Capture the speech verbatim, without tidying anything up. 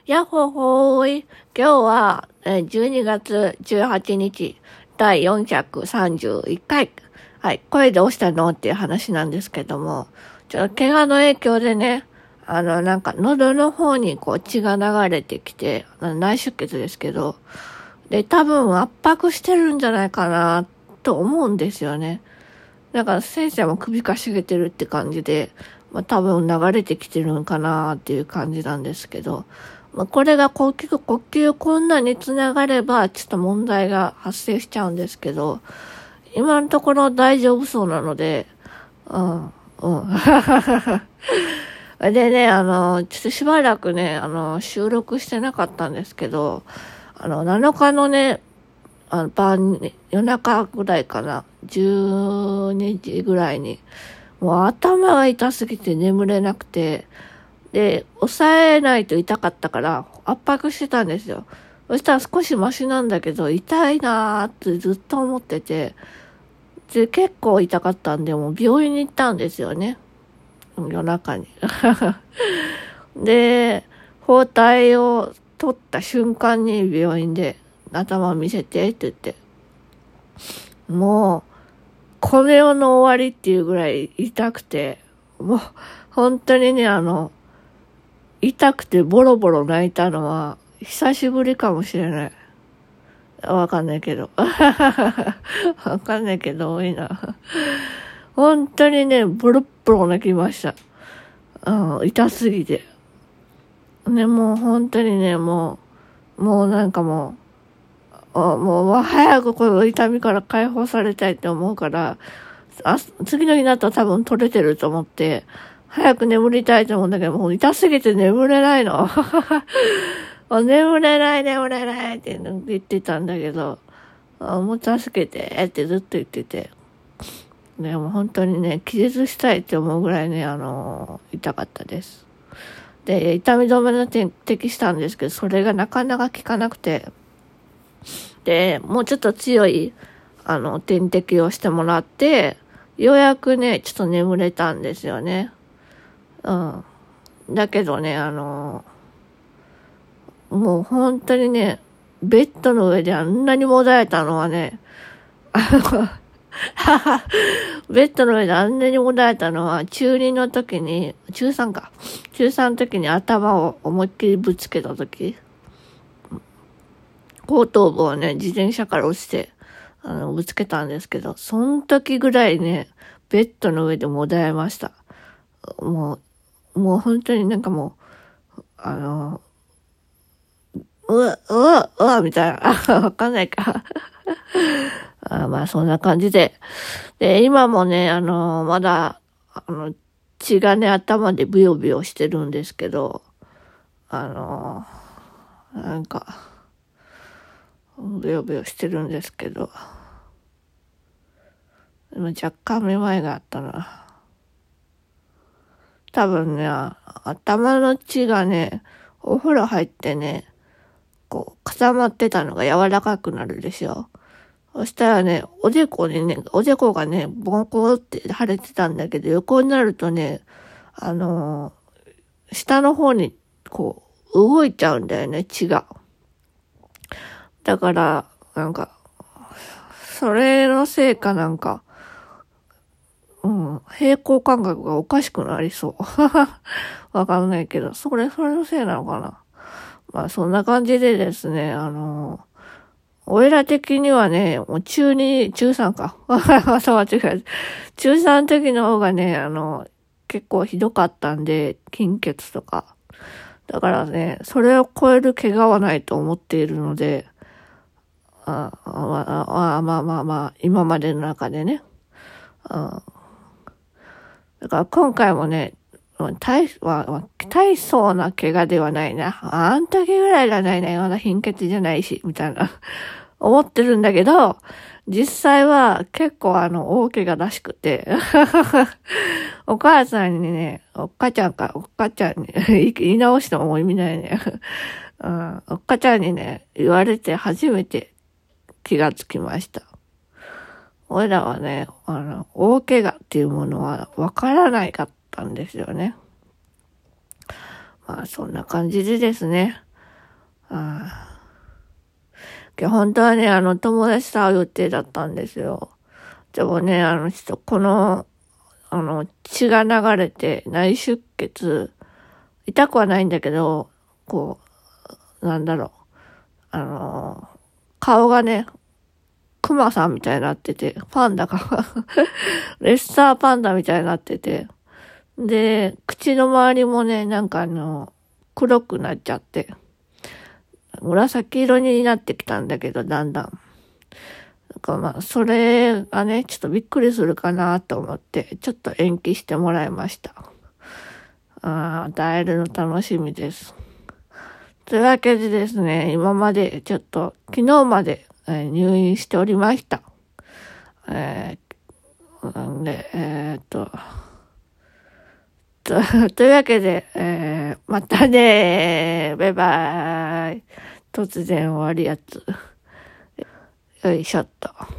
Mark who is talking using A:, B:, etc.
A: やっほほーい。今日はえーじゅうにがつじゅうはちにちだいよんひゃくさんじゅういっかい。はい。声どうしたのっていう話なんですけども、ちょっと怪我の影響でね、あの、なんか喉の方にこう血が流れてきて、内出血ですけど、で、多分圧迫してるんじゃないかなと思うんですよね。だから先生も首かしげてるって感じで、まあ多分流れてきてるのかなっていう感じなんですけど、まあこれが呼吸、呼吸困難につながればちょっと問題が発生しちゃうんですけど、今のところ大丈夫そうなので、うん、うん。でね、あの、ちょっとしばらくね、あの、収録してなかったんですけど、あの、なのかのね、あの晩に、夜中ぐらいかな、じゅうにじぐらいに、もう頭が痛すぎて眠れなくて、で、抑えないと痛かったから圧迫してたんですよ。そしたら少しマシなんだけど、痛いなーってずっと思ってて、で、結構痛かったんで、もう病院に行ったんですよね。夜中に。で、包帯を取った瞬間に病院で頭を見せてって言って、もう、この世の終わりっていうぐらい痛くて、もう、本当にね、あの、痛くてボロボロ泣いたのは、久しぶりかもしれない。わかんないけど。わかんないけど、多いな。本当にね、ボロボロ泣きました。うん、痛すぎて。ね、もう本当にね、もう、もうなんかもう、あもう早くこの痛みから解放されたいって思うから、あ次の日になったら多分取れてると思って、早く眠りたいと思うんだけど、もう痛すぎて眠れないの。眠れない、眠れないって言ってたんだけど、もう助けてってずっと言ってて、ね、もう本当にね、気絶したいって思うぐらいね、あのー、痛かったです。で、痛み止めの点滴したんですけど、それがなかなか効かなくて、で、もうちょっと強い、あの、点滴をしてもらって、ようやくね、ちょっと眠れたんですよね。うん。だけどね、あの、もう本当にね、ベッドの上であんなにもだえたのはね、ベッドの上であんなにもだえたのは、中にの時に、中さんか。中さんの時に頭を思いっきりぶつけた時、後頭部をね、自転車から落ちて、あの、ぶつけたんですけど、その時ぐらいね、ベッドの上でもだえました。もう、もう本当になんかもう、あの、うわ、うわ、うわ、みたいな。わかんないか。あまあ、そんな感じで。で、今もね、あの、まだ、あの、血がね、頭でブヨブヨしてるんですけど、あの、なんか、ブヨブヨしてるんですけど、でも若干めまいがあったな。多分ね、頭の血がね、お風呂入ってね、こう、固まってたのが柔らかくなるでしょ。そしたらね、おでこにね、おでこがね、ボコって腫れてたんだけど、横になるとね、あのー、下の方に、こう、動いちゃうんだよね、血が。だから、なんか、それのせいかなんか、うん、平行感覚がおかしくなりそう。わかんないけど、それ、それのせいなのかな。まあ、そんな感じでですね、あのー、俺ら的にはね、もう中に、中さんか。また間違えた。中さんの時の方がね、あの、結構ひどかったんで、貧血とか。だからね、それを超える怪我はないと思っているので、ああまあまあまあまあ、今までの中でね。あだから今回もね、大、まあ、大層な怪我ではないな。あん時ぐらいがないな。まだ貧血じゃないし、みたいな。思ってるんだけど、実際は結構あの、大怪我らしくて。お母さんにね、おっかちゃんか、おっかちゃんに、言い直しても意味ないね。うん、おっかちゃんにね、言われて初めて気がつきました。俺らはね、あの、大怪我っていうものはわからないかったんですよね。まあそんな感じでですね。 あー本当はね、あの、友達と会う予定だったんですよ。でもね、あの、ちょっとこの、あの、血が流れて内出血、痛くはないんだけど、こう、なんだろう、あの、顔がね、クマさんみたいになってて、パンダが、レッサーパンダみたいになってて、で、口の周りもね、なんかあの、黒くなっちゃって、紫色になってきたんだけど、だんだん。なんかまあ、それがね、ちょっとびっくりするかなと思って、ちょっと延期してもらいました。ああ、会えるの楽しみです。というわけでですね、今までちょっと、昨日まで、えー、入院しておりました。えー、で、えー、っと、と、というわけで、えー、またねー、バイバーイ。突然終わるやつ。よいしょっと。